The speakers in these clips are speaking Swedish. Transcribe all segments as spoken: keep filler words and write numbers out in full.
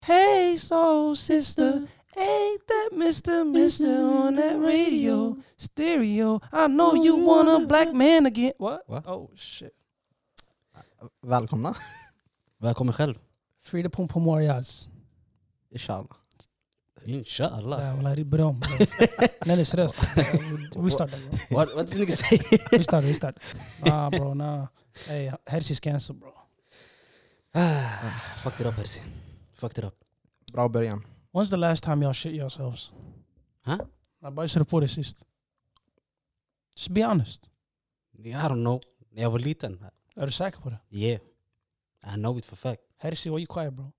Hey, soul sister, ain't that mister Mister on that radio, stereo? I know you want a black man again. What? What? Oh shit. Välkomna. Välkommen själv. Frida Pum Pum Warriors. Inshallah. Inshallah. Yeah, well, I did bra. Nej, det är seriöst. Restart that, bro. What, what did nigga say? Restart, restart. Nah, bro, nah. Hey, Hershey's cancer, bro. Fucked it up, Herzi. Fucked it up. Bra början. When's the last time y'all shit yourselves? Huh? Jag bajsade på det sist. Just be honest. I don't know. När jag var liten. Är du säker på det? Yeah. I know it for fact. Hershey, why you quiet, bro?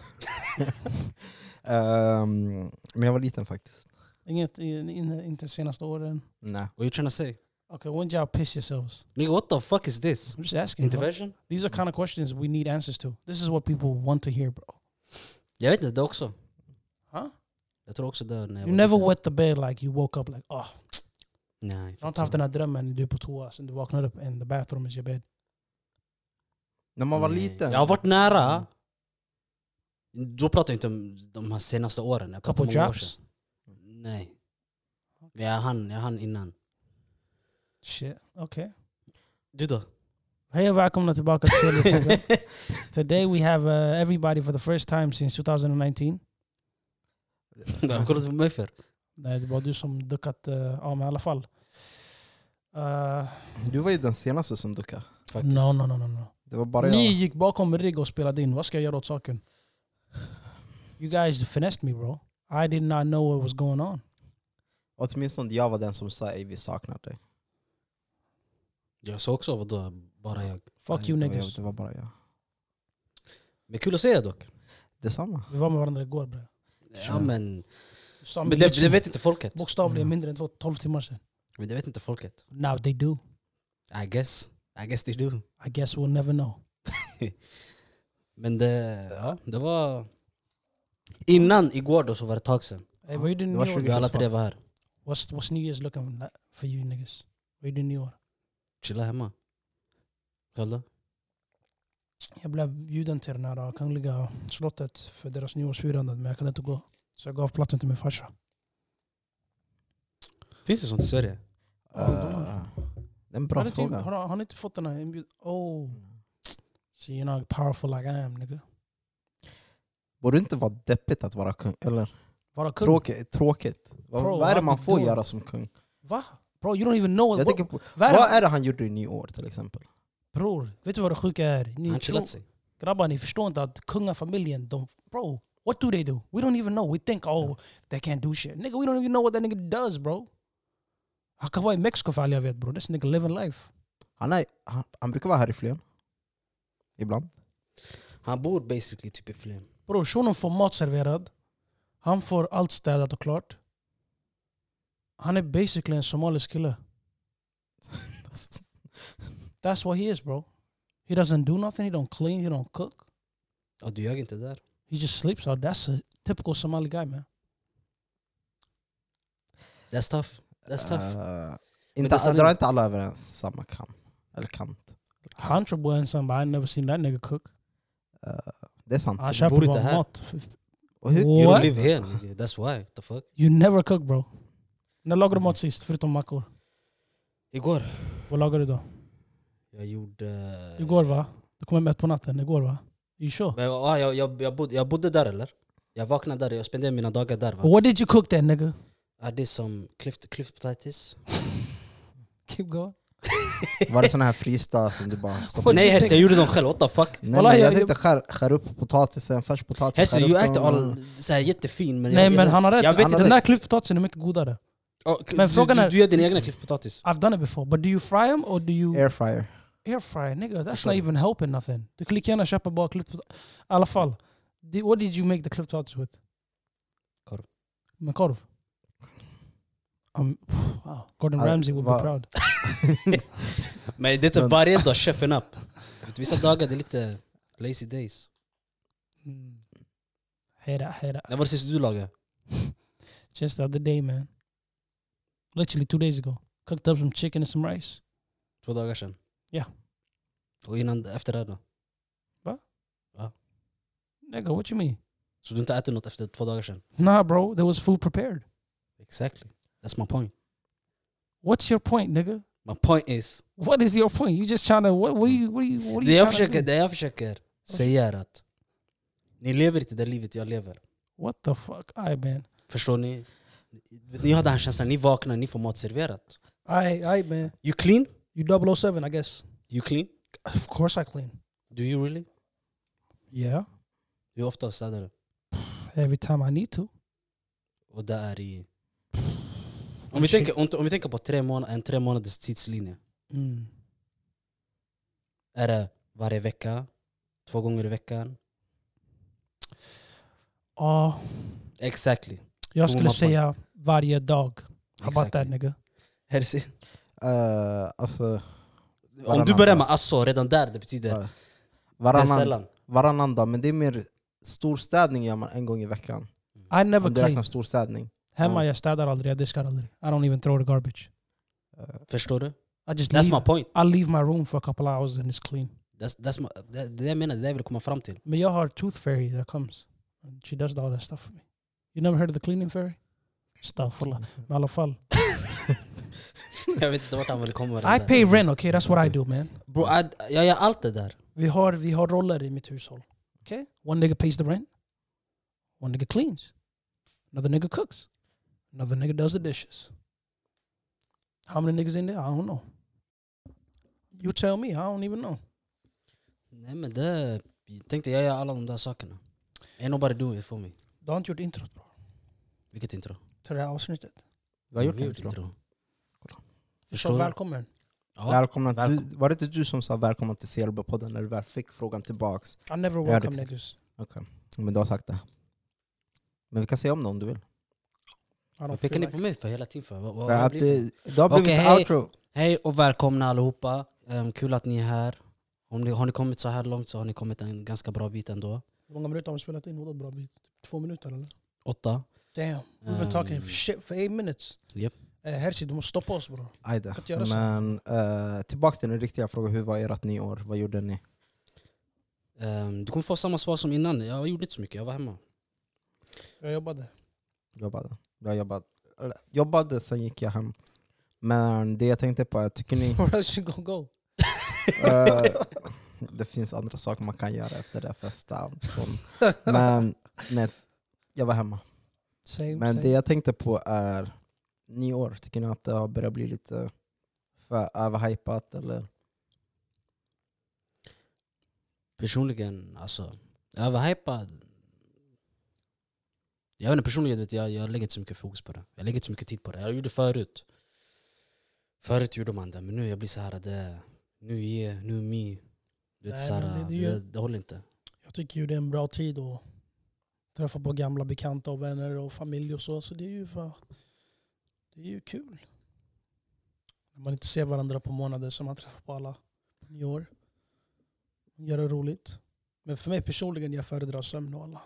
um, men jag var liten faktiskt. Inget, in, in, inte senaste åren. Nej. What you trying to say? Okay, when y'all piss yourselves? Nigga, what the fuck is this? I'm just asking. Bro. Intervention? These are kind of questions we need answers to. This is what people want to hear, bro. Jag vet inte, det också. Huh? Jag tror också det när jag You var never liten. wet the bed like you woke up like, oh. Nej. Du har inte faktiskt haft den här drömmen, du är på toa, sen du vaknar upp and the bathroom is your bed. När man var Nej. liten. Jag har varit nära. Då pratar jag inte om de här senaste åren. Jag pratar Couple om många år drops? sedan. Nej. Jag hann, jag hann innan. Shit, okay. Du då? Hej och välkomna tillbaka till Seriepodden. Today we have uh, everybody for the first time since twenty nineteen. Vad kollar du på mig för? Nej, det var du som duckat uh, ja, men i alla fall. Uh, Du var ju den senaste som duckade. Faktiskt. no, no, no, no, no. Det var bara Ni jag. gick bakom rigg och spelade in. Vad ska jag göra åt saken? You guys finessed me, bro. I did not know what was going on. Åtminstone jag var den som sa att vi saknar dig. Jag sa också vadå, bara jag. Fuck Nej, you det var niggas. jag, det var bara jag. Men kul att se er dock. Detsamma. Vi var med varandra igår, bro. Ja men, Du sa men mig det, liksom det vet inte folket. bokstavligen mindre än två- tolv timmar sedan. Men det vet inte folket. Now they do. I guess. I guess they do. I guess we'll never know. Men det, ja, det var... Innan igår då så var det ett tag sedan. Hey, what you doing det var New York? Vi alla tre var här. What's, what's New Year's looking like for you niggas? What you doing New Year? Chilla hemma. Själv då? Jag blev bjuden till den här kungliga slottet för deras nyårsfirande, men jag kunde inte gå. Så jag gav platsen till min farsa. Finns det sånt i Sverige? Ja, de har- Uh, det är en bra har, ni typ, fråga. har, har ni inte fått den här inbjudan? Oh, so you're not powerful like I am, nigga. Borde det inte vara deppigt att vara kung? Eller Vara kung? tråkigt? tråkigt. Vad, Bro, vad är det what man we får doing? göra som kung? Va? Bro, you don't even know. Jag what, tänker på, vad är det- vad är det han gjorde i nyår till exempel? Bror, vet du vad det sjuka är? Ni Han tror, chillat sig. grabbar, ni förstår inte att kungafamiljen, de, bro, what do they do? We don't even know. We think, oh, they can't do shit. Nigga, we don't even know what that nigga does, bro. Han kan vara i Mexiko för all jag vet, bro. This nigga living life. Han, är, han, han brukar vara här i Flen. Ibland. Han bor basically typ i Flen. Bro, shunon får mat serverad. Han får allt städat och klart. Han är basically en somalisk kille. That's what he is, bro. He doesn't do nothing. He don't clean. He don't cook. Ja, du gör inte där. He just sleeps out. That's a typical Somali guy, man. That's tough. That's tough. Uh, Men inte, det är drar inte alla över en samma kam. Eller kant. Han tror på en sån, but I never seen that nigga cook. Uh, det är sant. Han du köper bor inte bara här. mat. Och hur, You don't What? live here. nigga. That's why. The fuck? You never cook, bro. När lagade du mat sist, förutom mackor? Igår. Vad lagade du då? Jag gjorde... Igår, va? Du kom hem ett på natten. Igår, va? You sure? Men, ah, jag, jag, jag, bodde, jag bodde där eller? Jag vaknade där, jag spenderade mina dagar där va? What did you cook then, nigga? I did some cliff, cliff potatoes. Keep going. var det såna här frysta som du bara stoppar What Nej you Herse, think? jag gjorde dem själv, what the fuck? Nej, Walla, men jag- jag tänkte skär, skär upp potatisen, färskpotatis. Herse, skär you upp act dem all och- såhär jättefin men Nej, jag, men jag, han har rätt. jag vet Han har Den inte. där klipppotatisen är mycket godare. Oh, Men du, frågan du, är- du gör din egna cliffpotatis. I've done it before. But do you fry them or do you Air fryer. air fry? Nigga, that's Förstår not du? even helping nothing. Du kan lika gärna köpa bara klipppotatis. I alla fall. Di- What did you make the klipppotatis with? Korv. Med korv? Um, wow. Gordon Ah, Ramsay would be va- proud. Men det är inte Men- varje dag chefen up. Vissa dagar det är lite lazy days. Mm. Hate that, hate that. När var det sist du lagade? Just the other day, man. Literally two days ago. Cooked up some chicken and some rice. Två dagar sedan? Ja. Och innan, efter det då? Nigga, what you mean? Så du inte äter något efter två dagar sedan? Nah, bro. There was food prepared. Exactly. That's my point. What's your point, nigga? My point is... What is your point? You just trying to... What, what, are you, what, are you, what are Det you jag trying försöker, to do? det jag försöker säga är att ni lever inte det livet jag lever. What the fuck? Aye, man. Förstår ni? Ni har den här känslan, ni vaknar, ni får mat serverat. Aye, aye, man. You clean? You double oh seven, I guess. You clean? Of course I clean. Do you really? Yeah. Hur ofta städar du? Every time I need to. Och det är i... Om vi, tänker, om, om vi tänker på tre månader, en tre månaders tidslinje. Mm. Är det varje vecka? Två gånger i veckan? Ja, Exactly. jag skulle man säga varje dag. How about that, Exactly. nigga? Hersi. Uh, alltså, Om Varannan du börjar dag. med alltså, redan där det betyder var- det är varannan, sällan. varannan dag, men det är mer storstädning gör man en gång i veckan. I never Om du räknar clean. storstädning. Hemma Ja. jag städar aldrig, jag diskar aldrig. I don't even throw the garbage. Uh, Förstår du? I just That's leave. my point. I leave my room for a couple hours and it's clean. That's, that's my, det, det jag menar, det är det jag vill komma fram till. Men jag har tooth fairy that comes. And she does all that stuff for me. You never heard of the cleaning fairy? Astaghfirullah. Men i alla fall. Jag vet inte vart han vill komma med det I där. pay rent, okay? That's what I do, man. Bro, I, jag gör allt det där. Vi har, vi har roller i mitt hushåll. Okay? One nigga pays the rent. One nigga cleans. Another nigga cooks. Another nigga does the dishes. How many niggas in there? I don't know. You tell me. I don't even know. Nej men det... Jag tänkte jag gör alla de där sakerna. Ain't nobody do it for me. Du har inte gjort introt, bro. Vilket intro? Till det här avsnittet. Vi har gjort Vi det, tror jag. Så Förstår du? välkommen. Ja. Välkomna, välkom- du, var det inte du som sa välkomna till C L B-podden när du väl fick frågan tillbaks? I never Ja, det- welcome niggas. Men du har sagt det. Men vi kan säga om det om du vill. I don't Vad feel pekar ni like på mig för hela tiden för? Vad, vad, För vad att blir det? det, det har blivit Okej, hej. outro. Hej och välkomna allihopa. Um, kul att ni är här. Om ni, har ni kommit så här långt så har ni kommit en ganska bra bit ändå. Hur många minuter har vi spelat in? Vadå bra bit? Två minuter eller? Åtta. Damn, we've been talking Um, shit for eight minutes. Yep. Eh, Hersi, du måste stoppa oss, bro. Ajde. Kan inte göra så. Men uh, tillbaks till den riktiga frågan. Hur var ert nyår? Vad gjorde ni? Um, du kommer få samma svar som innan. Jag gjorde inte så mycket, jag var hemma. Jag jobbade. Jobbade. Jag jobbade. Eller, jobbade, sen gick jag hem. Men det jag tänkte på är, tycker ni... Where else you gonna go? eh, det finns andra saker man kan göra efter det, festa och sånt. Men nej, jag var hemma. Same, Men same. det jag tänkte på är nyår. Tycker ni att det har börjat bli lite för överhypat eller? Personligen, alltså, överhypad. Jag vet inte, personligen vet jag, jag lägger inte så mycket fokus på det. Jag lägger inte så mycket tid på det. Jag gjorde förut. Förut gjorde man det, men nu jag blir så här det nu är nu me. Du vet, Nej, så här, men det- det, det är det, ju- det håller inte. Jag tycker ju det är en bra tid att träffa på gamla bekanta och vänner och familj och så. Så det är ju, för, det är ju kul. När man inte ser varandra på månader som man träffar på alla på nyår. Gör det roligt. Men för mig personligen, jag föredrar sömn och alla.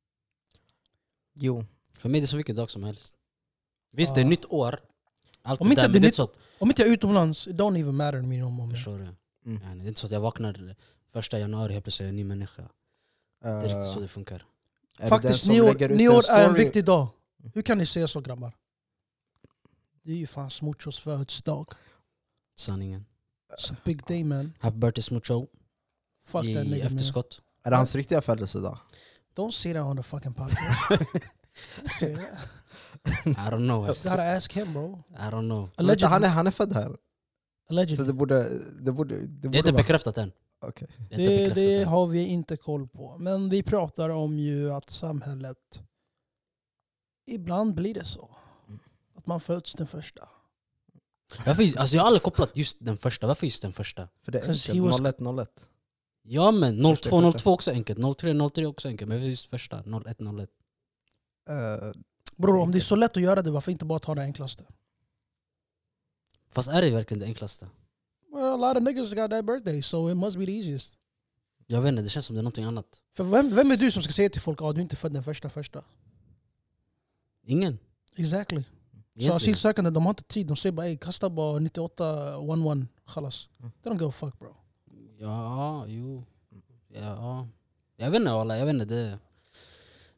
Jo. För mig är det så vilken dag som helst. Visst, det är Ah. nytt år. Allt Om det inte där, det men det är är inte så att, Om inte jag är utomlands, it don't even matter to me no more. Man. förstår du? Mm. Ja, det är inte så att jag vaknar första januari helt plötsligt är jag en ny människa. Det är riktigt så Eh, det funkar. är det den Faktiskt, som nyår, lägger ut nyår är en story- viktig dag. Hur kan ni säga så, grabbar? Det är ju fan Smuchos födelsedag. Sanningen. It's a big day, man. Happy birthday Smucho. Fuck that I nigga, man. efterskott. Är det hans riktiga födelsedag? Don't say that on the fucking podcast. Don't say that. I don't know. You gotta ask him, bro. I don't know. Vänta, han, är, han är född här. Så Allegedly. det borde... Det, borde, det, Det är borde inte vara... bekräftat än. Okej. Det är inte Det, bekräftat det än. har vi inte koll på. Men vi pratar om ju att samhället... Ibland blir det så. Att man föds den första. Varför, alltså jag har aldrig kopplat just den första. Varför just den första? För det är 'Cause he enkelt. was- noll ett noll ett. Ja men noll Första, två noll första. två också enkelt. noll tre noll tre också enkelt. Men just första. noll ett noll ett. Eh, Bror, om det är så lätt att göra det, varför inte bara ta det enklaste? Fast är det verkligen det enklaste? Well, a lot of niggas got that birthday, so it must be the easiest. Jag vet inte, det känns som det är någonting annat. För vem, vem är du som ska säga till folk att ah, du är inte född den första första? Ingen. Exactly. Så Egentligen. asylsökande, de har inte tid. De säger bara ey, kasta bara nittioåtta elva, khalas. They don't give a fuck, bro. Ja, jo. Ja. Jag vet inte alla, jag vet inte det.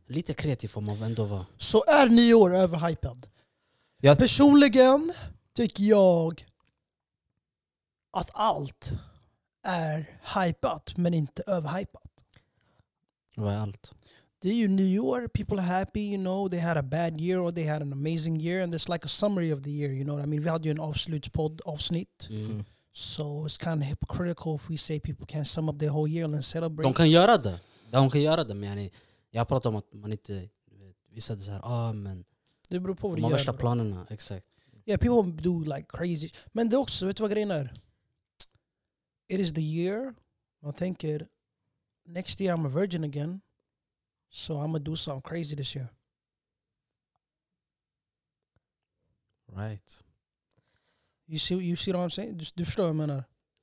Lite kreativ får man ändå vara. Så är nyår överhypad? Jag- Personligen tycker jag att allt är hypat men inte överhypat. Vad är allt? Det är ju nyår, people are happy, you know, they had a bad year or they had an amazing year and it's like a summary of the year, you know what I mean? Vi hade ju en avslutspodd avsnitt. Mm. So it's kind of hypocritical if we say people can't sum up their whole year and celebrate. De kan göra det. De kan göra det, men yani, jag pratar om att man inte... du vet, vissa är så här, ah men... Det beror på vad De du har gör. värsta bro. planerna, exakt. Yeah, people do like crazy. Men det är också, vet du vad grejen är? It is the year. Man tänker, next year I'm a virgin again. So I'm gonna do something crazy this year. Right. You see, you see what I'm saying? Du, du förstår vad jag menar?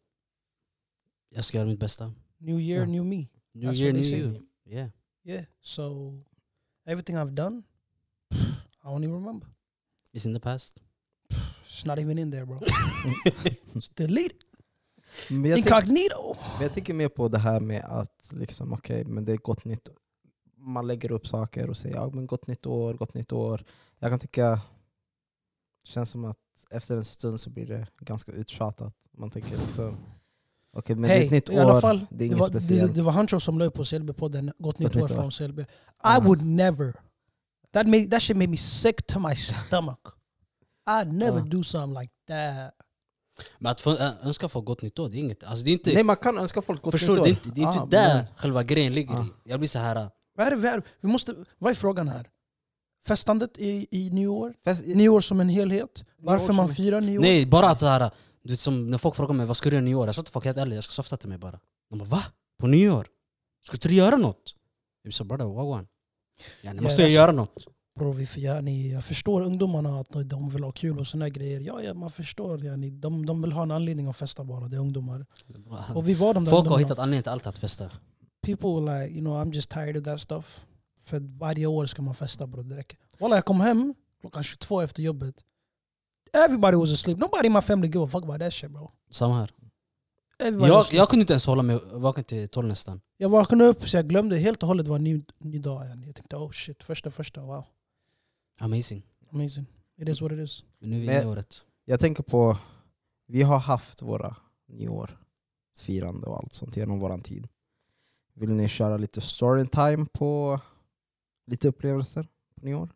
Jag ska göra mitt bästa. New year, Ja. new me. New That's year, what they new say. you. Yeah. Yeah. So everything I've done, I don't even remember. It's in the past. It's not even in there, bro. It's deleted. Men jag, tänk, Incognito. men jag tänker mer på det här med att liksom, okej, men det är gott nytt. Man lägger upp saker och säger ja, men gott nytt år, gott nytt år. Jag kan tycka, det känns som att efter en stund så blir det ganska uttjatat. Man tänker liksom, okej, men det är ett nytt i alla år, fall, det är det, inget var, det, speciellt. det var Hancho som la upp på C L B-podden, Gott nytt nytt år år. från C L B. I Ja. would never. That made that shit made me sick to my stomach. I'd never Ja. do something like that. Men att få, ö- önska få gott nytt år, det är inget... Alltså det är inte... Nej, man kan önska folk gott förstår nytt du? år. Det är inte, det är inte Ja, där men- själva grejen ligger Ja. i. Jag blir så här... Vad är det, vad är det? Vi måste, vad är frågan här? Festandet i, i nyår? Fest- Nyår som en helhet? Varför som man en- firar nyår? Nej, bara att så här... Du vet, som när folk frågar mig vad ska du göra nyår? Jag sa till folk helt ärligt, jag ska softa till mig bara. De bara va? På nyår? Ska inte du göra något? Jag sa brother, what one? Yani, Ja, måste jag that's- göra något? Bro, vi, ja, ni, jag förstår ungdomarna att de vill ha kul och såna grejer. Ja, ja man förstår. Ja, ni, de, de vill ha en anledning att festa bara, det är ungdomar. Och vi var de där Folk har ungdomarna. hittat anledning till allt att festa. People like, you know, I'm just tired of that stuff. För varje år ska man festa bro, det räcker. Walla, jag kom hem klockan tjugotvå efter jobbet. Everybody was asleep. Nobody in my family give a fuck about that shit bro. Samma här. Everybody Jag, was asleep. jag kunde inte ens hålla mig vaken till tolv nästan. Jag vaknade upp så jag glömde helt och hållet det var en ny, ny dag. Jag tänkte oh shit, första första, wow. Amazing. Amazing. It is what it is. Men nu är vi Men- inne i året. Jag tänker på, vi har haft våra nyårsfirande och allt sånt genom våran tid. Vill ni köra lite storytime på lite upplevelser på nyår?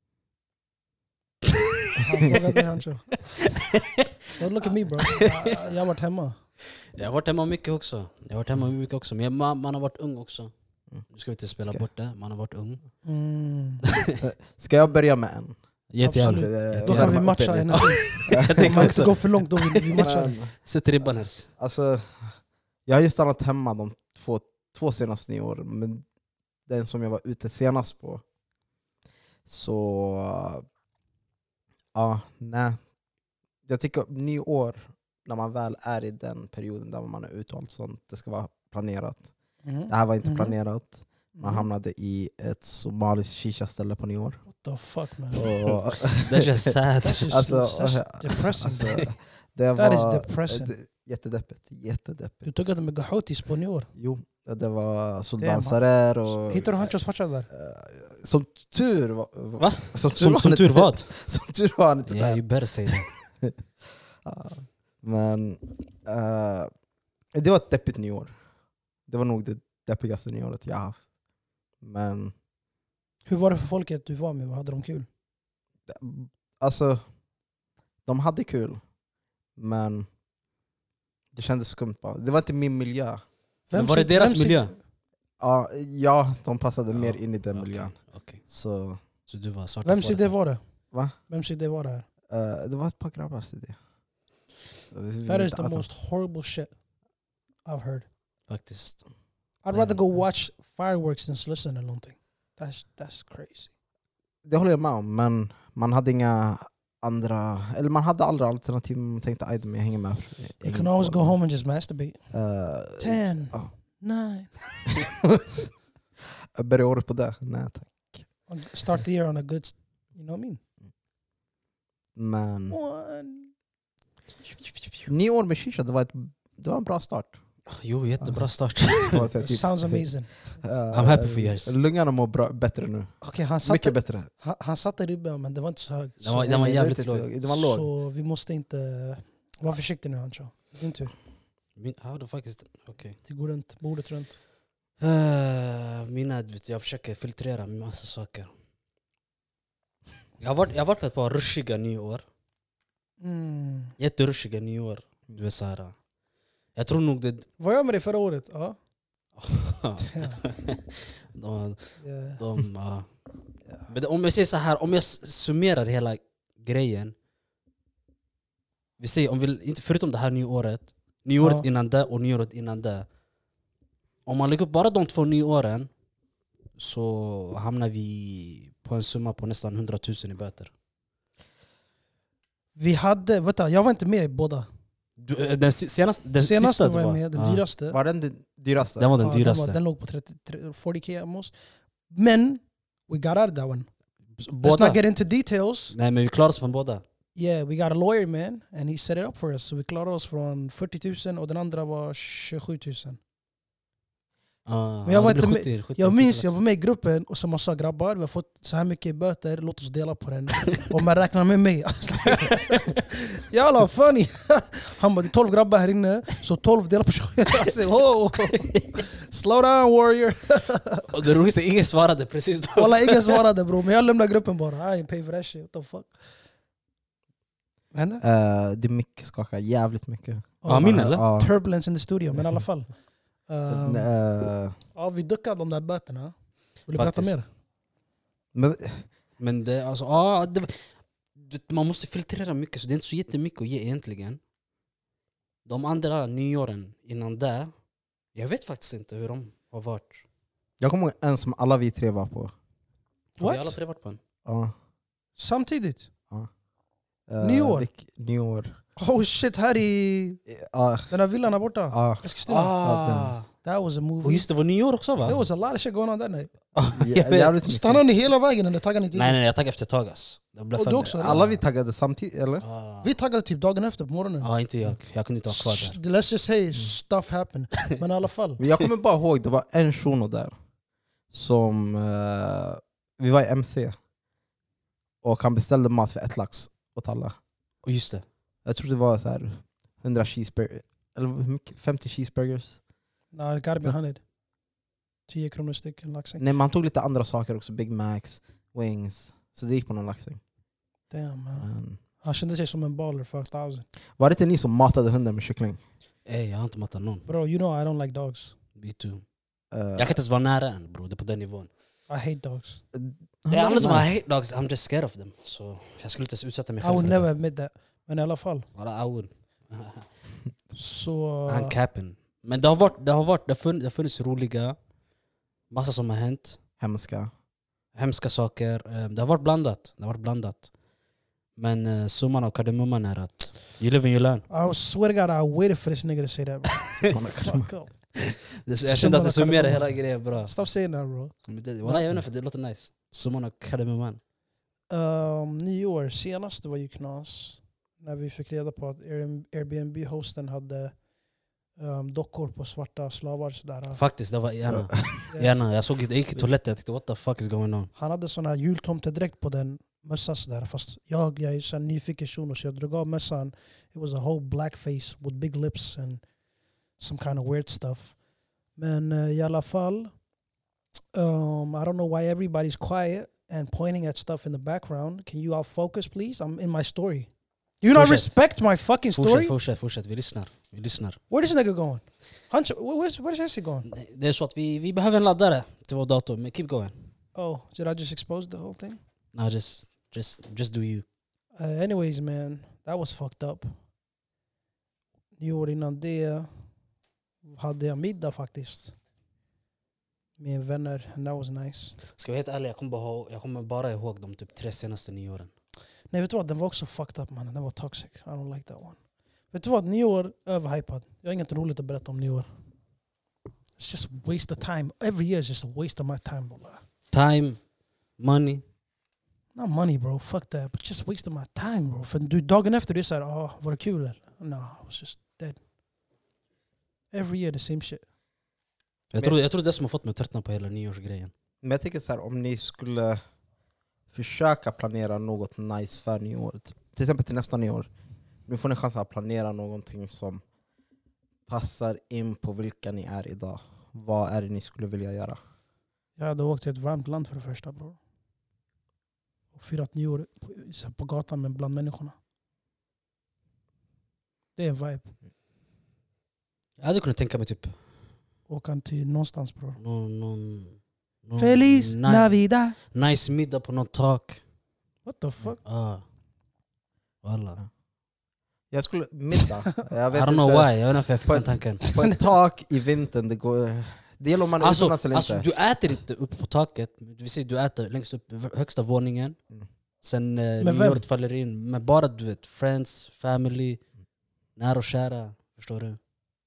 Han frågade han så. Don't look at me bro. Jag, jag har varit hemma. Jag har varit hemma mycket också. Jag har varit hemma mycket också. Men jag, man, man har varit ung också. Mm. Nu ska vi inte spela Ska- bort det. Man har varit ung. Mm. Ska jag börja med en? Jättegärna. Absolut. Eh, Då kan vi värma upp matcha er lite. energi. Jag Om tänker man inte också. går för långt då vill vi matcha. Men, Sätt ribban här. alltså, jag har ju stannat hemma de två, två senaste nyåren, men den som jag var ute senast på, så ja, nej. Jag tycker nyår, när man väl är i den perioden där man är ute och allt sånt, det ska vara planerat. Mm. Det här var inte Mhm. planerat. Man Mm. hamnade i ett somaliskt shisha-ställe på nyår. What the fuck man. Och, Det känns sad. That's just Alltså, that's depressing. alltså, det That is var depressing. det- jättedeppigt. jättedeppigt. Du tog det med gahotis på nyår. Jo, det var soldansarer och... Hittar du Hanchos farsa där? Eh, Som tur var... Va? Som tur, Som, var som han tur inte- vad? Som tur var han inte Ja, där. you better say that. Ja, men eh, det var ett deppigt nyår. Det var nog det deppigaste nyåret jag haft. Men Hur var det för folket du var med? Hade de kul? alltså, de hade kul. Men det kändes skumt bara. Det var inte min miljö. Men var det sit- deras vem sit- miljö? Ja, ja de passade Ja, mer in i den okej, miljön. okej. Så Så du var svart. Vems idé var det? va? Vems idé var det här? Eh, det var ett par grabbars idé. Så vi ville That is inte the att de- most horrible shit I've heard. Faktiskt. I'd rather go watch fireworks than listen eller någonting. That's, that's crazy. Det håller jag med om, men man hade inga andra, eller man hade aldrig alternativ. Man tänkte aj, men jag hänger med. You can always go home and just masturbate. Uh, Ten. Ja. Nine. Börja året på det? Nej tack. Start the year on a good, s- you know what I mean? Men One. nyår med shisha, det var, ett, det var en bra start. Jo, jättebra start. Kan man säga, typ. Sounds amazing. Eh, I'm happy for yours. Lungarna mår bra, bättre nu. Okej, han satte, Mycket bättre. han, han satte ribban men det var inte så hög. Den var, Så- den var nej, jävligt det var låg. inte- Det var låg. Så vi måste inte... Var försiktig nu Hancho. Din tur. Min, how the fuck is it? Okej. Det går runt, bordet runt. Uh, mina, du vet, jag försöker filtrera med massa saker. Jag har varit, jag har varit på ett par rushiga nyår. Mm. Jätterushiga nyår. Du vet såhär. Jag tror nog det... Vad gör jag med det förra året? Ja. de, Yeah. de, uh, men det- om jag säger så här, om jag s- summerar hela grejen. Vi säger, om vi, inte förutom det här nyåret. Nyåret Ja. innan det och nyåret innan det. Om man lägger upp bara de två nyåren så hamnar vi på en summa på nästan hundratusen i böter. Vi hade, vänta, jag var inte med i båda. Du, eh, den si- senaste, den Senaste sista var jag var, med, den ja, dyraste. Var den den dyraste? Den var den Ja, dyraste. Den, var, den låg på trettio, trettio, fyrtio k almost. Men, we got out of that one. Let's Båda? not get into details. Nej men vi klarar oss från båda. Yeah, we got a lawyer man, and he set it up for us. Så vi klarade oss från fyrtio tusen och den andra var tjugosju tusen. Ah, Men jag var det blir inte sjuttio, sjuttio, Jag minns, sjuttio jag var med i gruppen och så man sa grabbar, vi har fått så här mycket i böter, låt oss dela på den. Och man räknar med mig. Jävla funny! Han bara, det är tolv grabbar här inne, så tolv delar på tjugo. Jag säger, oh, slow down warrior! Och det roligaste, ingen svarade precis då. Walla, ingen svarade bro, men jag lämnade gruppen bara. I ain't pay for that shit, what the fuck? Vad hände? Uh, din mick skakar jävligt mycket. Ja, min eller? Ja. Turbulence in the studio, men i alla fall. Um, Eh, ja, vi duckade de där böterna. Vill du prata Faktiskt. mer? men, Men det, alltså, ah, det, det, man måste filtrera mycket, så det är inte så jättemycket att ge egentligen. De andra nyåren innan det, jag vet faktiskt inte hur de har varit. jag kommer ihåg en som alla vi tre var på. Har What? vi alla tre varit på en? Ja. Samtidigt? Eh, Nyår? vilk- nyår. Oh shit, här i Ja, den här villan här borta. ja. Eskilstuna. Ah. That was a movie. Och just det, var nyår också va? There was a lot of shit going on that night. Jä- jävligt mycket. Stannade ni hela vägen eller taggade ni till? Nej nej, jag taggade efter ett tag ass. Jag blev Och du fan- också, eller? Alla vi taggade samtidigt, eller? Ah. Vi taggade typ dagen efter på morgonen. Ja, inte jag. Jag kunde inte ha kvar S- där. Let's just say stuff happened. Men i alla fall. Men jag kommer bara ihåg, det var en shuno där som... eh, vi var i M C. Och han beställde mat för ett lax åt alla. Och just det. Jag tror det var så här hundra cheeseburgers. Eller hur mycket? femtio cheeseburgers. Nah, it gotta be hundred. tio kronor stycken laxing. Nej, man tog lite andra saker också. Big Macs, wings. Så det gick på någon laxing. Damn man. Men, Han kände sig som en baller för a thousand. var det inte ni som matade hunden med kyckling? Ey, jag har inte matat någon. Bro, you know I don't like dogs. Me too. Eh, Jag kan inte ens vara nära än bro, det är på den nivån. I hate dogs. Det är alla som har hate dogs, I'm just scared of them. Så jag skulle inte ens utsätta mig I själv would för never det. admit that. Men i alla fall. Walla, I would. Så... Han capping. Men det har varit, det har varit, det har funnits, det har funnits roliga, massa som har hänt, Hemska. hemska saker. Eh, Det har varit blandat, det har varit blandat. Men uh, summan av kardemumman är att you live and you learn. I swear to God, I waited for this nigga to say that, bro. Fuck up. Det- Jag kände Summan att av det summerar kardemumman. hela grejen bra. Stop saying that, bro. Men det- Walla, jag vet inte för det låter nice. Summan av kardemumman. Um, nyår, senast det var ju knas. När vi fick reda på att Air- Airbnb-hosten hade um, dockor på svarta slavar. Sådär. Faktiskt, det var gärna. Yes. gärna. Jag såg det, jag gick i toaletten och tänkte what the fuck is going on? Han hade sån här jultomtedräkt på den mössa sådär. Fast jag, jag är så här nyfiken shuno så jag drog av mössan. It was a whole blackface with big lips and some kind of weird stuff. Men uh, i alla fall, um, I don't know why everybody's quiet and pointing at stuff in the background. Can you all focus please? I'm in my story. You not Fortsätt. respect my fucking story? Fortsätt, fortsätt, fortsätt. Vi lyssnar. Vi lyssnar. Where this nigga going? Hunch, where, where's, where's Jesse going? Det är så att vi, vi behöver en laddare till vår dator, men keep going. Oh, did I just expose the whole thing? No, just, just, just do you. Uh, anyways man, that was fucked up. Nyår innan det hade jag middag faktiskt. Med vänner, and that was nice. Ska jag vara helt ärlig, jag kommer bara, ihåg- jag kommer bara ihåg de typ tre senaste nyåren. Nej vet du vad, den var också fucked up man. Den var toxic. I don't like that one. Vet du vad, nyår överhypad. Jag har inget roligt att berätta om nyår. It's just a waste of time. Every year is just a waste of my time. Bro. Time, money. Not money bro, fuck that. But just waste of my time bro. För du, dagen efter du säger, oh, var det kul eller? No, I was just dead. Every year the same shit. Jag tror, jag tror det som har fått mig att tröttna på hela nyårsgrejen. Men jag tänker så här, om ni skulle försöka planera något nice för nyåret. Till exempel till nästa nyår. Nu får ni chansen att planera någonting som passar in på vilka ni är idag. Vad är det ni skulle vilja göra? Jag hade åkt till ett varmt land för det första, bror. Och firat nyår på, så på gatan med bland människorna. Det är en vibe. Jag hade kunnat tänka mig typ Åka till någonstans, bror. någon, någon, någon Feliz ni- Navidad. nice middag på något tak. What the fuck? Ah. Walla. Jag skulle middag. Jag I vet don't know inte. why, jag vet inte varför jag fick På den ett- tanken. På ett tak i vintern, det går... Det gäller om man är Alltså, utomlands eller alltså inte. du äter inte uppe på taket. Du vill säga, du äter längst upp högsta våningen. Mm. Sen eh, Med vem? nyåret faller in. Men bara du vet, friends, family, nära och kära. Förstår du?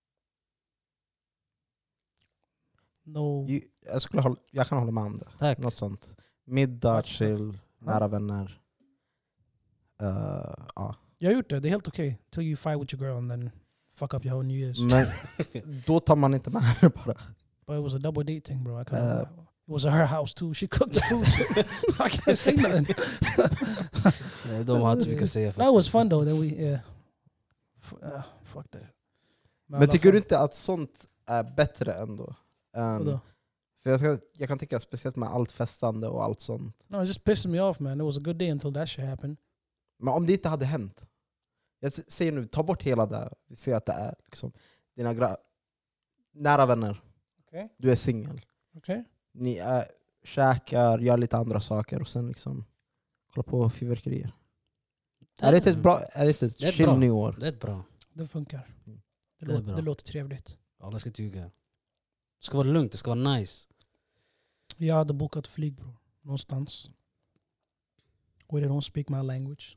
No. Ju- Jag, skulle hålla, jag kan hålla med om det. Tack. Något sånt. Middag, That's- chill, nära vänner. Uh, ja. Jag har gjort det, det är helt okej. Okay. Till you fight with your girl and then fuck up your whole New Year's. Men då tar man inte med det bara. But it was a double date thing, bro. I can't Uh, it was at her house too. She cooked the food too. I can't say nothing. Nej, de har inte så mycket att säga. That was fun though. Then we, yeah. F- uh, fuck that. Men tycker du inte att sånt är bättre ändå? Um, Vadå? för jag, ska, jag kan tycka speciellt med allt festande och allt sånt. No, it just pissed me off, man. It was a good day until that shit happened. Men om det inte hade hänt. Jag s- säger nu, ta bort hela det. Vi ser att det är liksom dina gra- nära vänner. Okej. Du är singel. Okay. Ni är, käkar, gör lite andra saker och sen liksom kolla på fyrverkerier. Är det inte ett bra, är det inte ett Det är chill bra. nyår? Det är bra. Det funkar. Mm. Det, Det är låter, bra. det låter trevligt. Alla ska tyga. Det ska vara lugnt, det ska vara nice. Jag hade bokat flyg, bro. Någonstans. Where they don't speak my language.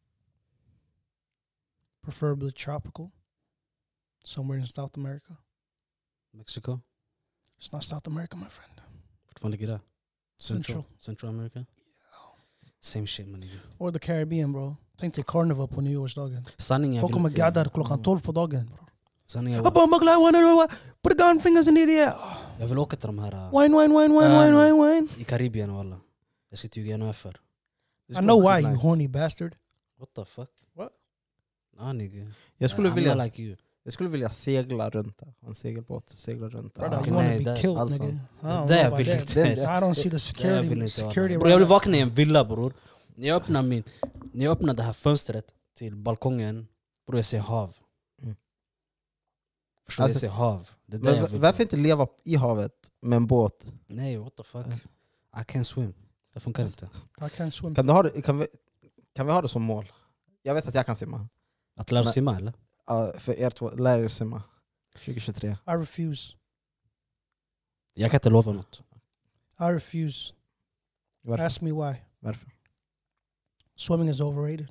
Preferably tropical. Somewhere in South America. Mexico. It's not South America, my friend. Vart fan ligger det? Central. Central. Central America. Same shit man nigga. Or the Caribbean, bro. Tänk dig Carnival på nyårsdagen. Sanningen Folk vill kommer inte- gadda klockan tolv på dagen, bro. Sanningen Abba, Mugla, I wanna know what? Put the gun fingers in the air. jag vill åka till de här uh, Wine, wine, wine, wine, wine, wine, wine. i Karibien och alla. Jag ska tyga N O F R. Det I skulle know vara why, you skitnice. horny bastard. What the fuck? What? Nah nigga. Jag skulle I'm vilja not like you. Jag skulle vilja segla runt där. En segelbåt, segla runt där. Brother, Ah, you wanna nej, be det- killed, alltså. nigga. I Det don't där know vill about inte that. ens. I don't see the Det där security. vill inte security vara. Bror jag vill right now. vakna i en villa bror. När jag öppnar min, när jag öppnar det här fönstret till balkongen, bror jag ser hav. Mm. Förstår du? Alltså, Jag ser hav. Det är där Men jag va- vill. varför inte leva i havet med en båt? Nej, what the fuck? Mm. I can't swim. Det funkar inte. I can't swim. Kan, du ha det, kan, vi, kan vi ha det som mål? Jag vet att jag kan simma. Att lära Men- sig simma eller? Ja, för er två, lär er simma. tjugo tjugotre. I refuse. Jag kan inte lova något. I refuse. Varför? Ask me why. Varför? Swimming is overrated.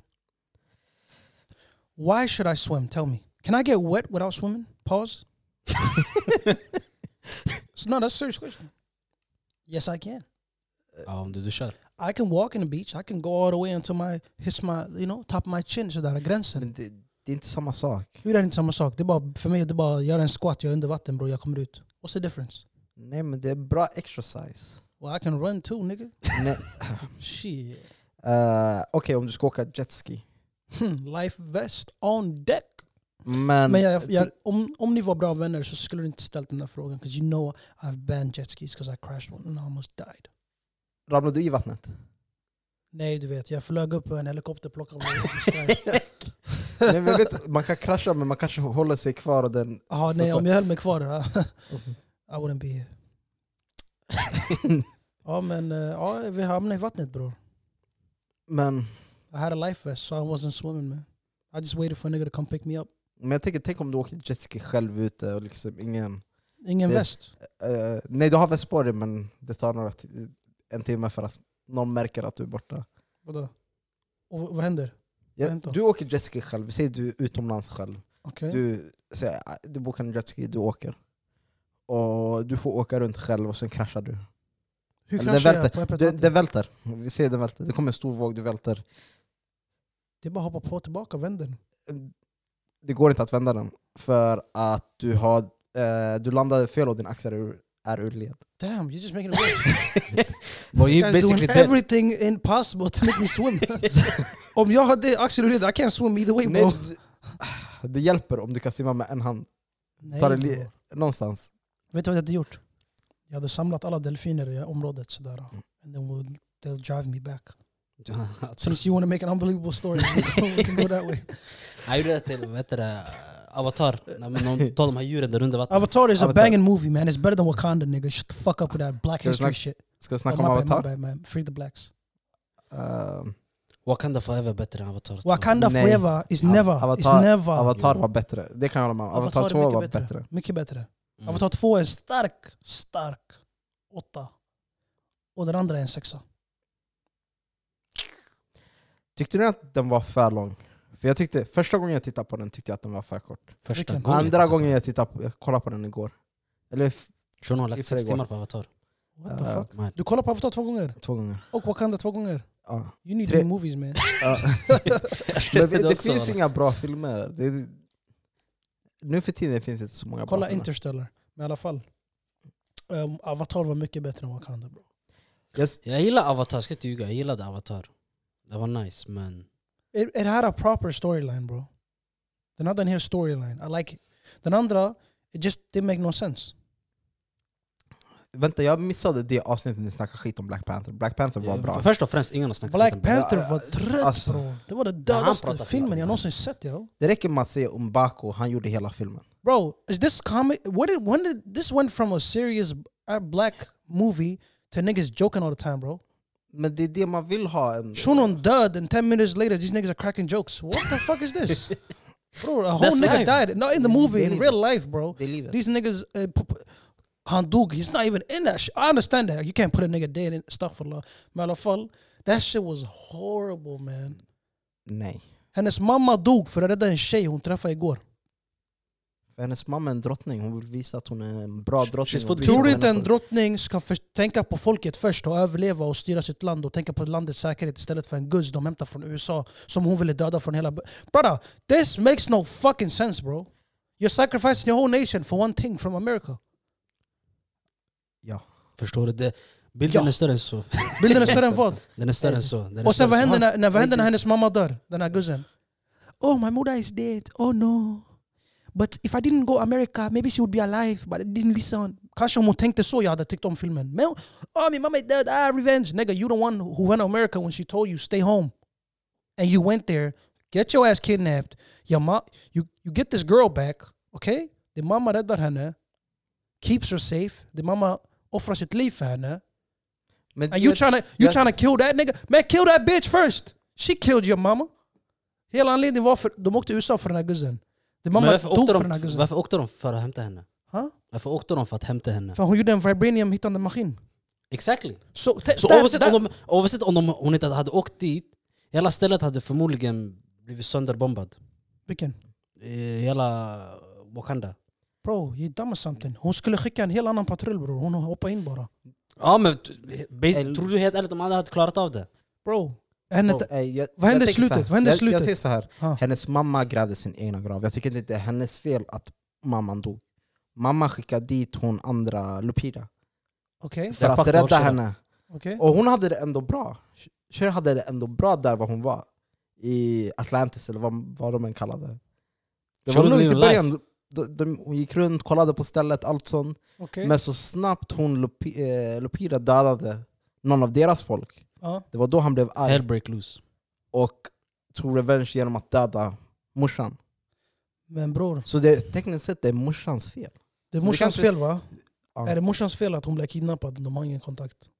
Why should I swim? Tell me. Can I get wet without swimming? Pause. So, no, that's a serious question. Yes, I can. Ja, om du, du kör. I can walk in the beach. I can go all the way until my hits my, you know, top of my chin så där gränsen. Men det, det är inte samma sak. Hur är det inte samma sak? Det är bara, för mig det är bara göra en squat, jag är under vatten bro, jag kommer ut. What's the difference? Nej men det är bra exercise. Well, I can run too, nigga. Nej. Shit. Uh, Okej, om du ska åka jetski. Hmm, life vest on deck. Men, Men jag, jag, om, om ni var bra vänner så skulle du inte ställt den där frågan. Because you know I've banned jet skis because I crashed one and I almost died. ramlade du i vattnet? Nej, du vet, jag flög upp på en helikopter, plockade mig upp i sky. Nej, men vet, man kan krascha men man kanske håller sig kvar och den... Jaha, nej, om jag höll mig kvar där, I wouldn't be here. Ja, men uh, ja, vi hamnade i vattnet bror. Men, I had a life vest so I wasn't swimming man. I just waited for a nigga to come pick me up. men jag tänker, tänk om du åkte jetski själv ute och liksom ingen... Ingen Det- väst. Uh, nej, du har väst på dig men det tar några t- en timme för att någon märker att du är borta. Vadå? Och v- vad händer? Ja, Vänta. du åker jetski själv, vi säger du är utomlands själv. Okej. Du, säger, du bokar en jetski, du åker. Och du får åka runt själv och sen kraschar du. Hur eller kraschar det jag välter. på öppet Det, vatten? det välter. Vi säger det välter. Det kommer en stor våg, du välter. Det är bara att hoppa på tillbaka och vända den. Det går inte att vända den. För att du har eh, du landade fel och din axel är ur, är ur led. Damn, you're just making it worse. Well, you Guys basically doing dead. everything impossible to make me swim. Om jag hade axel ur led, I can't swim either way, bro. Nej, du- det hjälper om du kan simma med en hand. Nej, Ta det bro. li- någonstans. Vet du vad jag hade gjort? Jag hade samlat alla delfiner i området sådär. Mm. And then we'll, they'll drive me back. Since you want to make an unbelievable story, we can, we can go that way. Jag gjorde det till, vad heter det, Avatar. När man tar de här djuren där under vattnet. Avatar is a Avatar. banging movie, man. It's better than Wakanda, nigga. Shut the fuck up with that black Ska vi history snack- shit. Ska vi Oh, snacka my om bad, my Avatar? bad, man. Free the blacks. Ehm, Wakanda Forever bättre än Avatar. Wakanda Nej. forever is Av- never. Avatar- It's never. Avatar var bättre. Det kan jag hålla med om. Avatar Avatar är två mycket var bättre. bättre. Mycket bättre. Mm. Avatar två är stark, stark. Åtta. Och den andra är en sexa. Tyckte du att den var för lång? För jag tyckte, första gången jag tittade på den tyckte jag att den var för kort. Första Vilken? gången Andra gången jag tittade på, jag kollade på den igår. Eller f- Shunon har I lagt sex förrgår. timmar på Avatar. What the Uh, fuck? Man. Du kollar på Avatar två gånger? två gånger. Och Wakanda två gånger? Ja. You need Tre- new movies, man. Ja. Men det, det finns inga bra filmer. Det, nu för tiden finns det inte så många bra Kolla filmer. Interstellar. Men i alla fall. Um, Avatar var mycket bättre än Wakanda, bro. Yes. Jag gillar Avatar, ska inte ljuga. Jag gillade Avatar. Det var nice, men... It, it had a proper storyline, bro. Den hade en hel storyline. I like it. Den andra, it just didn't make no sense. Vänta, jag missade det avsnittet ni snackade skit om Black Panther. Black Panther var bra. För- Först och främst, ingen har snackat Black om Panther Ja, var trött, alltså. bro. Det var den han dödaste pratar för filmen mycket. jag någonsin sett, yo. Det räcker med att se Umbako, han gjorde hela filmen. Bro, is this comic? What did when did this went from a serious uh, black movie to niggas joking all the time, bro? Men det är det man vill ha. En, Shunon dud, and ten minutes later, these niggas are cracking jokes. What the fuck is this, bro? A whole That's nigga life. died. Not in the movie, in Really? real life, bro. Det är livet. These niggas, uh, p- p- han dog. He's not even in that shit. I understand that. You can't put a nigga dead in stuff for love. Men i alla fall, that shit was horrible, man. Nej. Hennes mamma dog för att rädda en tjej hon träffade igår. För hennes mamma är en drottning. Hon vill visa att hon är en bra drottning. She's och fått- bryr sig Tror om du inte en människor. drottning ska för, tänka på folket först och överleva och styra sitt land och tänka på landets säkerhet istället för en guzz de hämtar från U S A som hon ville döda från hela... Brother, this makes no fucking sense, bro. You're sacrificing your whole nation for one thing from America. Ja. Förstår du? Det, bilden Ja. är större än så. Bilden är större än vad? Den är större än så. Den är Och sen större vad än så. händer när, när, vad händer när Faktiskt. hennes mamma dör? Den här guzzen. Oh, my mother is dead. Oh no. But if I didn't go America, maybe she would be alive. But I didn't listen. Kanske om hon tänkte så jag hade tyckt om filmen. Men, oh, min mamma är död. Ah, revenge. Nigga, you the one who went to America when she told you stay home. And you went there. Get your ass kidnapped. Your ma- you, you get this girl back. Okay? Din mamma räddar henne. Keeps her safe. Din mamma offrar sitt liv för henne. Men And you det- trying to you jag- trying to kill that nigga? Man, kill that bitch first. She killed your mama. Hela anledningen var för de åkte till U S A för den här guzzen. Din Men mamma varför, dog åkte för den här de, guzzen. varför åkte de för att hämta henne? Huh? Varför åkte de för att hämta henne? För hon gjorde en vibranium-hittande maskin. Exactly. Så, te- Så that- oavsett, that- om, de, oavsett om de, hon inte hade åkt dit, hela stället hade förmodligen blivit sönderbombad. Vilken? Eh, Hela Wakanda. Bro, you dumb or something. Hon skulle skicka en hel annan patrull, bror. Hon hoppade in bara. Ja men basic, Eller- tror du helt ärligt de hade klarat av det? Bro. Henne Bro, ey, jag- Vad hände jag i tänker så slutet? här. Vad hände i jag, slutet? Jag säger så här. Ha. Hennes mamma grävde sin egna grav. Jag tycker inte det är hennes fel att mamman dog. Mamma skickade dit hon andra Lupita. Okej. För Ja, att fuck rädda också. henne. Okej. Och hon hade det ändå bra. Cher hade det ändå bra där var hon var. I Atlantis eller vad, vad de än kallade det. Det She var was lugnt i living början. De, de, hon gick runt, kollade på stället, allt sånt. Okej. Men så snabbt hon Lupi, eh, Lupita dödade någon av deras folk. Ja. Det var då han blev arg Hell break loose. och tog revenge genom att döda morsan. Men bror, Så det, tekniskt sett det är morsans fel. det är Så det morsans kanske- fel va? Ja. Är det morsans fel att hon blev kidnappad? De har ingen kontakt.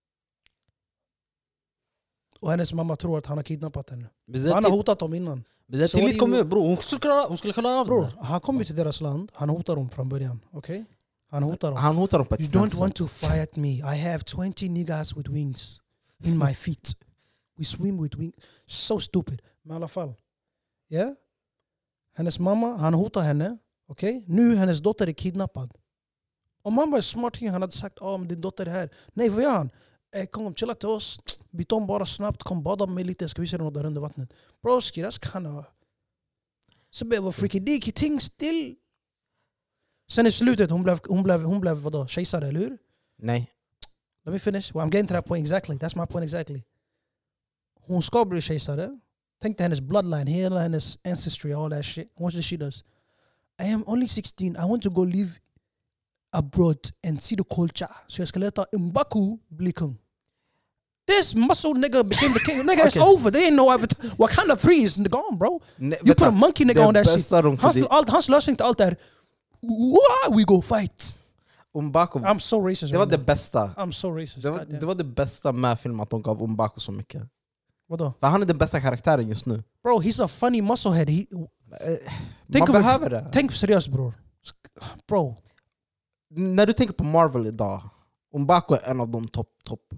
Och hennes mamma tror att han har kidnappat henne. Men det Han har till- hotat dem innan. men det Så tillit det- kom ju bror, hon skulle klara, hon skulle klara av det Bror, där. han kom ju till deras land. Han hotar dem från början. Okej? Han hotar dem. Han hotar dem på ett You snällt don't want sätt. to fight me. I have twenty niggas with wings in my feet. We swim with wings. So stupid. Men i alla fall. Yeah? Hennes mamma, han hotar henne. Okej? Nu hennes dotter är kidnappad. Om han var smart, han hade sagt oh, din dotter är här. Nej, vad gör han? Eh, kom, chilla till oss. Byt om bara snabbt. Kom, bada med mig lite. Jag ska visa dig något där under vattnet. Broski, that's kinda... Så det var freaky dicky ting still. Sen i slutet, hon blev, hon blev, hon blev vadå? Kejsare, eller hur? Nej. Let me finish. Well, I'm getting to that point exactly. That's my point exactly. Hon ska bli kejsare. Tänk dig hennes bloodline, hela hennes ancestry, all that shit. What does she does? I am only sixteen. I want to go live abroad and see the culture. Så jag ska låta M'Baku bli kung. This muscle nigga became the king. Nigga, it's Okay. over. They ain't no Avatar. Wakanda three is gone, bro. Nej, You put a monkey nigga on that shit. bästa de Hans, kunde... allt, hans lösning till allt det här. Why we go fight? M'Baku, I'm so racist det var right det now. bästa. I'm so racist. Det var, goddamn. det var det bästa med filmen, att de gav M'Baku så mycket. Vadå? För han är den bästa karaktären just nu. Bro, he's a funny musclehead. He, Eh, Tänk Man om- behöver det. tänk seriöst bror. Sk- Bro, När du tänker på Marvel idag, M'Baku är en av de topp, topp.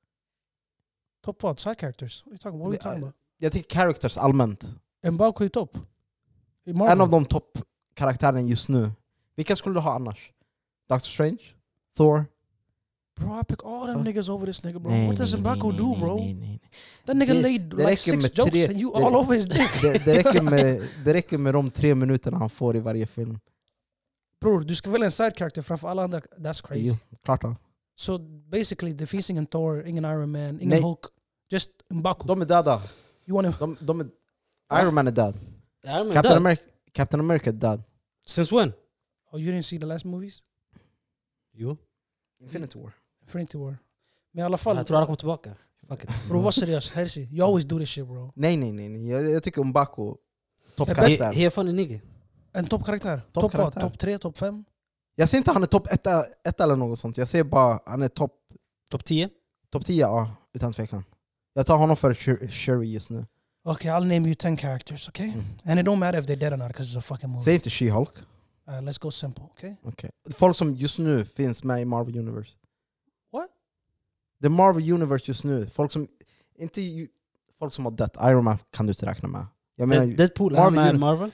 top what? Side characters? What are you talking, what are we talking about? Jag tycker characters allmänt. M'Baku är topp. I Marvel. En av de toppkaraktärerna just nu. Vilka skulle du ha annars? Doctor Strange? Thor? Bro, I pick all them Huh? niggas over this nigga, bro. Nej, what does nej, M'Baku nej, do, nej, bro? nej, nej, nej. That nigga Det- laid det like räcker six med jokes tre- and you det- all over his dick. Det, det, räcker med, det räcker med de tre minuterna han får i varje film. Bror, du ska välja en side character framför alla andra. That's crazy. Jo, klart då. So basically, det finns ingen Thor, ingen Iron Man, ingen Nej. Hulk. Just M'Baku. De är döda. You wanna... De, de är, Iron Man är död. Iron Man Captain död. America, Captain America är död. Since when? Oh, you didn't see the last movies? Jo. Infinity War. Infinity War. Men i alla fall, Jag tror alla kommer tillbaka. Fuck it. bro, var seriös. Hersi, you always do this shit, bro. Nej, nej, nej. nej. Jag, jag tycker M'Baku, He, toppkaraktär. he är fan en nigga. En toppkaraktär. Topp vad? Toppkaraktär. Topp tre, topp fem? Jag säger inte han är topp ett, ett eller något sånt. Jag säger bara han är topp Topp tio? top tio, ja, utan tvekan. Jag tar honom för Shuri Shuri just nu. Okay, I'll name you ten characters, okay? Mm. And it don't matter if they're dead or not because it's a fucking movie. Säg inte She-Hulk. Uh, let's go simple, okay? Okay. Folk som just nu finns med i Marvel Universe. What? The Marvel Universe just nu. Folk som inte ju, folk som har dött. Iron Man kan du inte räkna med. Jag menar, Dead- Deadpool, är han Marvel med i Uni- Marvel?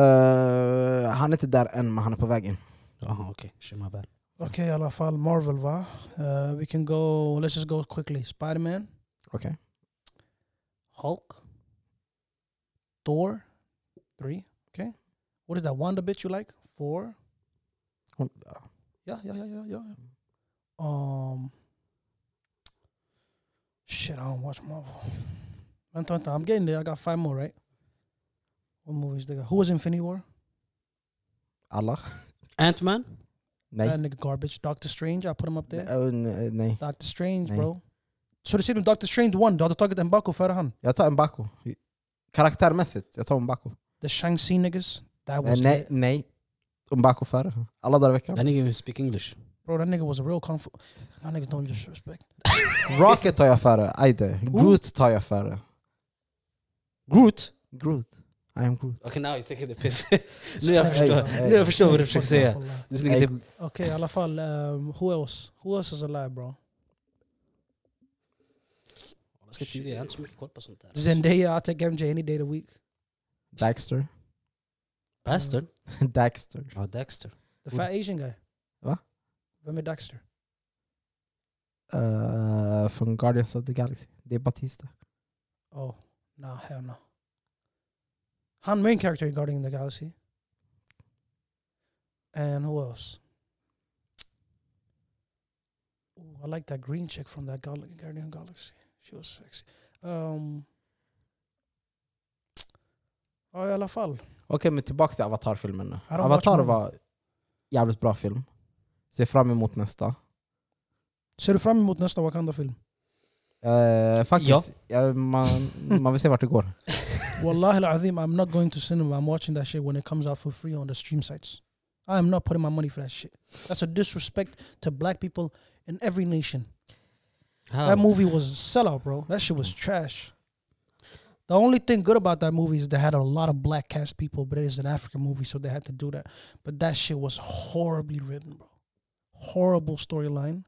uh, han är inte där än, men han är på väg in. Jaha, okej. Shit, my bad. Okay, i alla fall Marvel, va? Uh, we can go, let's just go quickly. Spider-Man, Okej. Hulk, Thor, three, okay? What is that Wanda bitch you like? Four? Hon- ja. Yeah, yeah, yeah, yeah, yeah. Um, shit, I don't watch Marvel. Vänta, vänta, I'm getting there. I got five more, right? What movies they got? Who was Infinity War? Alla? Ant-Man? Nej. That nigga garbage. Doctor Strange, I put him up there. Uh, nej. nej. Doctor Strange, Nej. bro. Så du ser du Doctor Strange one, du hade tagit M'Baku före han. Jag tar M'Baku. Karaktärmässigt, jag tar M'Baku. The Shang-Chi niggas, that Eh, was nej, lit. nej. M'Baku före. Alla dagar i veckan. That nigga even speak English. Bro, that nigga was a real kung fu. Y'all niggas don't disrespect. Rocket tar jag före. Ajde. Groot tar jag före. Groot? Groot. I am Groot. Okay, now you're taking the piss. nu jag förstår, Hey, nu jag förstår vad du försöker säga. Okej, This nigga typ... okay, i alla fall, um, who else? Who else is alive, bro? Jag ska tycka, jag har inte så mycket koll på sånt där. Zendaya, I take M J any day of the week. Daxter. Bastard? Daxter. Ja, Dexter. The fat Asian guy. Va? Vem är Dexter? Uh, från Guardians of the Galaxy. Det är Batista. Oh, no, hell no. Han main character in Guardians of the Galaxy. And who else? Ooh, I like that green chick from that Gal- Guardian of the Galaxy. She was sexy. Um, ja, i alla fall. Okej, okay, men tillbaka till Avatar-filmen nu. don't Avatar watch var jävligt bra film. Ser fram emot nästa. Ser du fram emot nästa Wakanda-film? Uh, faktiskt, ja. man, man vill se vart det går. Wallahi al-azim, I'm not going to cinema. I'm watching that shit when it comes out for free on the stream sites. I am not putting my money for that shit. That's a disrespect to black people in every nation. How? That movie was a sellout, bro. That shit was trash. The only thing good about that movie is they had a lot of black cast people, but it is an African movie, so they had to do that. But that shit was horribly written, bro. Horrible storyline.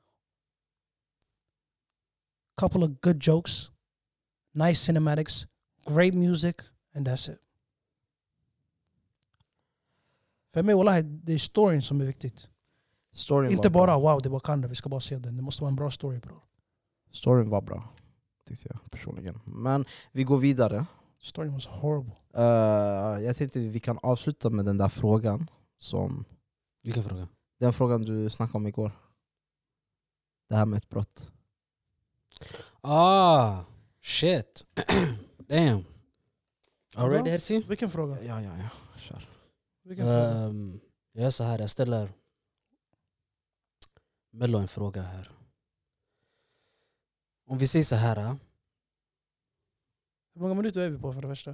Couple of good jokes. Nice cinematics. Great music. And that's it. För mig, wallahi, det är storyn som är viktigt. Storyn Inte var bra. bara wow, det var Wakanda, vi ska bara se den. Det måste vara en bra story, bro. Storyn var bra, tyckte jag personligen. Men vi går vidare. Storyn was horrible. Uh, jag tänkte vi kan avsluta med den där frågan som Vilken fråga? Den frågan du snackade om igår. Det här med ett brott. Ah, shit. Damn. Are ready, Herzi? Vilken fråga? Ja, ja, ja. Kör. Vilken fråga? Um, jag gör så här, jag ställer Mello en fråga här. Om vi säger så här. äh, Hur många minuter är vi på för det första?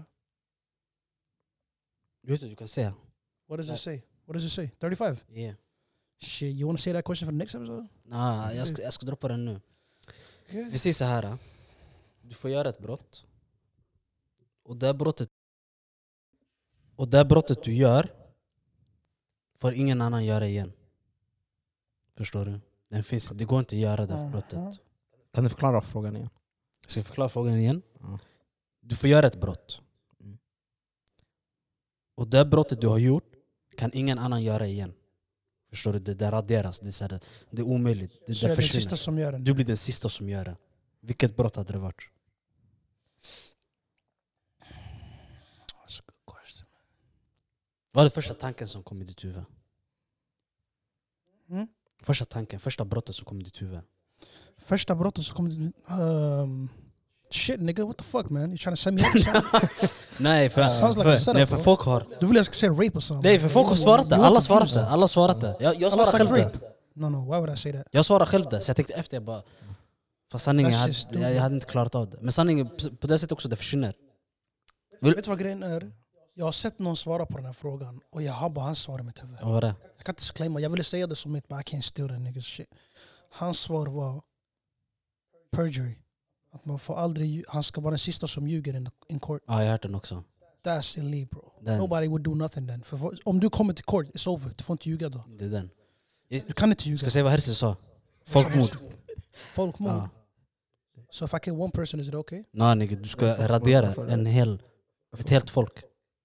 Du vet vad du kan säga? What does Nej. it say? What does it say? thirty-five? Yeah. Shit, you want to say that question for the next episode? Nah, jag, ska, jag ska droppa den nu. Okay. Vi säger så här. äh, Du får göra ett brott. Och det brottet Och det brottet du gör får ingen annan göra igen. Förstår du? Den finns, det går inte att göra det för brottet. Kan du förklara frågan igen? Jag ska förklara frågan igen. Ja. Du får göra ett brott. Mm. Och det brottet du har gjort kan ingen annan göra igen. Förstår du? Det där raderas. Det är, så här, det är omöjligt. Det Så där jag är den försvinner. sista som gör den. Du blir den sista som gör det. Vilket brott hade det varit? That's a good question. Vad är det första tanken som kom i ditt huvud? Mm? Första tanken, första brottet som kom i ditt huvud. Första brottet så kommer det... Um, shit nigga, what the fuck man? You trying to send me up something? Nej, för, Sounds like för, a setup, nej, för bro. folk har... Du vill jag ska säga rape or something? Nej, för folk har svarat det. You Alla want svarat confused. det. Alla svarat det. Jag, jag Alla svarar sagt själv rape. det. No, no, why would I say that? Jag svarar själv det. Så jag tänkte efter, jag bara... För sanningen, jag That's hade, just jag, jag hade inte klarat av det. Men sanningen, på det sättet också, det försvinner. Vill- Vet du vad grejen är? Jag har sett någon svara på den här frågan och jag har bara hans svar i mitt huvud. Vad var det? Jag kan inte claima, jag ville säga det som mitt, but I can't steal that niggas shit. Hans svar var perjury. Att man får aldrig, han ska vara den sista som ljuger in, in court. Ja, jag har hört den också. That's illegal bro. Den. Nobody would do nothing then. För för- om du kommer till court, it's over. Du får inte ljuga då. Det är den. Du kan inte Ska ljuga. jag säga vad Herzi sa? Folkmord. Folkmord. Ja. So if I kill one person, is it okay? Nej, nigga, du ska radera en hel, ett helt folk.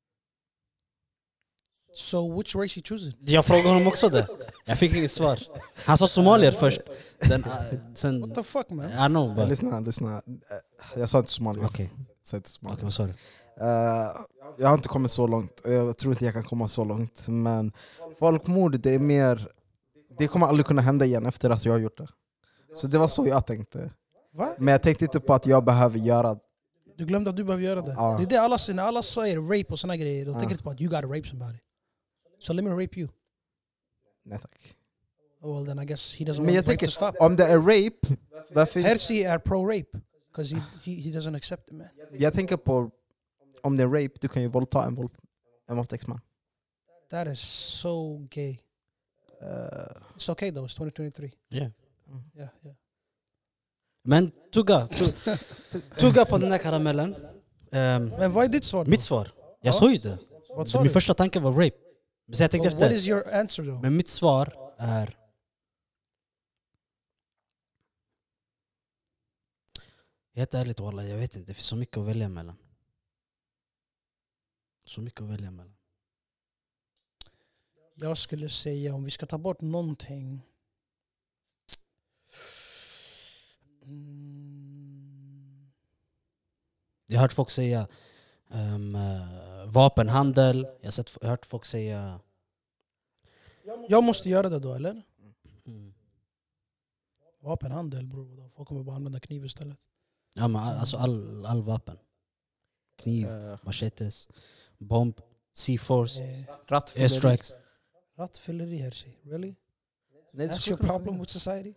So which race you choosing? Jag frågade honom också det. Jag fick inget svar. Han sa somalier först. Den, uh, sen... What the fuck man? I know, but... Lyssna, lyssna. Jag sa inte somalier. Okej, Jag sa inte somalier. okay, vad sa du? Eh, jag har inte kommit så långt. Jag tror inte jag kan komma så långt. Men folkmord, det är mer... Det kommer aldrig kunna hända igen efter att jag har gjort det. Så det var så jag tänkte. Va? Men jag tänkte inte på att jag behöver göra... Du glömde att du behöver göra det. Ja. Det är det alla säger. När alla säger rape och såna grejer, de Ja. tänker inte på att you gotta rape somebody. So let me rape you. Nej tack. Oh, well then I guess he doesn't Men want jag rape tänker, to stop. om det är rape... Varför... Herzi är pro-rape. Because he, he, he doesn't accept it man. Jag tänker på... Om det är rape, du kan ju våldta en, våld, en våldtäktsman. That is so gay. Uh, It's okay though, it's twenty twenty-three. Yeah. Yeah, yeah. Men tugga, tu- tugga på den där karamellen. Um, Men vad är ditt svar då? mitt svar, jag Ja. sa ju det. Vad sa Min du? första tanke var rape. Men så jag tänkte Well, what efter. is your answer då? Men mitt svar är... Helt ärligt wallah, jag vet inte. Det finns så mycket att välja mellan. Så mycket att välja mellan. Jag skulle säga om vi ska ta bort någonting. Mm. Jag har hört folk säga um, uh, vapenhandel. Jag har sett, jag har hört folk säga... Jag måste göra det då eller? Mm. Vapenhandel bror. Folk kommer bara använda kniv istället. Ja, men all, alltså all, all vapen. Kniv, uh, machetes, bomb, C-force, Eh, rattfylleri. airstrikes. rattfylleri Herzi. Really? Nej, det That's skulle your kunna problem funka. with society?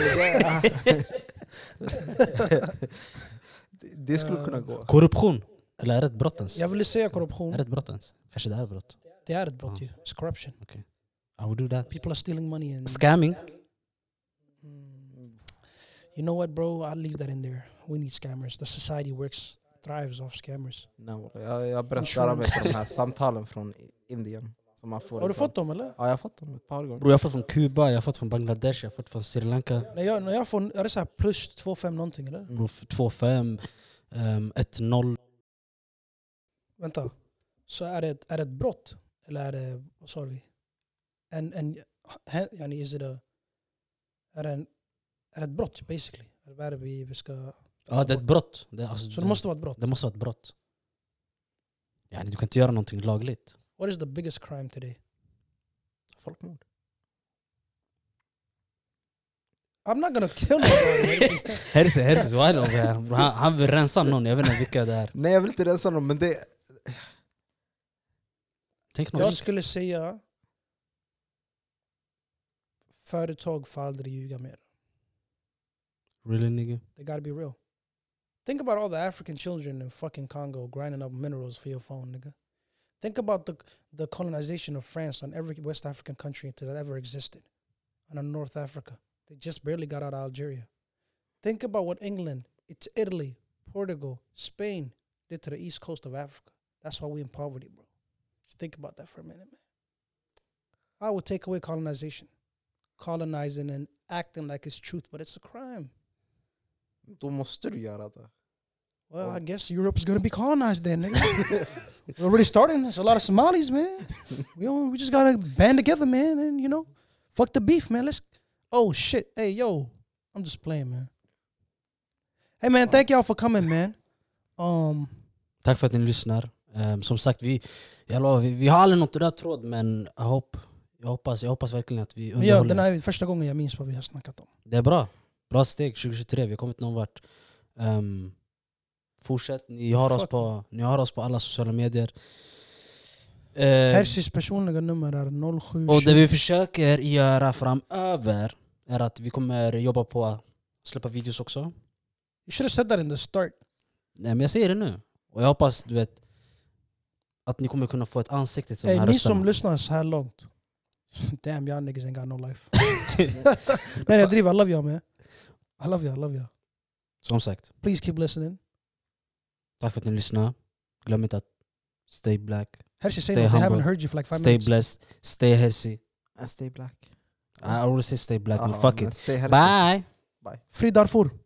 det, det skulle kunna gå. Korruption. Eller är det ett brott ens? Jag ville säga Är korruption. det ett brott ens? Kanske det är ett brott. Det är ett brott Ja. ju. It's corruption. I would do that. People are stealing money and... Scamming. Mm. You know what bro? I'll leave that in there. We need scammers. The society works, thrives off scammers. No, jag, jag börjat störa mig på de här samtalen från Indien. Som man får Har du ifrån- fått dem eller? Ja, jag har fått dem ett par gånger. Bro, jag har fått från Kuba, jag har fått från Bangladesh, jag har fått från Sri Lanka. När jag, när jag får, är det så här plus två fem någonting eller? Bro, två fem, um, ett noll. Vänta. Så är det, är det ett brott? Eller är det, vad sa vi? En, en, he- yani, is it a, är, det en, är det ett brott basically? Eller vad är det vi, vi ska... Ja, det är ett brott. Det, är alltså, Så det måste vara ett brott? det måste vara ett brott. Yani, du kan inte göra någonting lagligt. What is the biggest crime today? Folkmord. I'm not gonna kill nobody. Herse, herse, så är det över här. Han, han vill rensa någon, jag vet inte vilka det är. Nej, jag vill inte rensa någon, men det... Tänk Jag något. skulle säga företag får aldrig ljuga mer. Really, nigga? They gotta be real. Think about all the African children in fucking Congo grinding up minerals for your phone, nigga. Think about the the colonization of France on every West African country that ever existed. And on North Africa. They just barely got out of Algeria. Think about what England, it's Italy, Portugal, Spain did to the east coast of Africa. That's why we're in poverty, bro. Just think about that for a minute, man. I would take away colonization. Colonizing and acting like it's truth, but it's a crime. Då måste du göra det. Well, I guess Europe's gonna be colonized then, nigga. We're already starting. There's a lot of Somalis, man. We don't, we just gotta band together, man, and you know, fuck the beef, man. Let's. Oh shit! Hey yo, I'm just playing, man. Hey man, thank y'all for coming, man. Um, Tack för att ni lyssnar. Um, som sagt, vi, jag lovar, vi, vi har aldrig nått röd tråd, men jag, hopp, jag, hoppas, jag hoppas verkligen att vi men ja, underhåller. den här är första gången jag minns vad vi har snackat om. Det är bra. Bra steg tjugohundratjugotre. Vi har kommit någon vart. Um, fortsätt. Ni har, oss på, ni har oss på alla sociala medier. Uh, Hersis personliga nummer är noll sju. och det vi försöker göra framöver är att vi kommer jobba på att släppa videos också. You should have said that in the start. Nej, men jag säger det nu. Och jag hoppas du vet att ni kommer kunna få ett ansikte till Hey, de här ni rösterna. som lyssnar så här långt. Damn, y'all niggas ain't got no life. Nej, jag driver. I love y'all, man. I love y'all, I love y'all. Som sagt, Please keep listening. tack för att ni lyssnar. Glöm inte att stay black, Hershey, say Stay no, they humble. haven't heard you for like five stay minutes. blessed, stay healthy. And stay black. I always say stay black, Ja, but fuck men it. stay healthy. Bye! Free Darfur.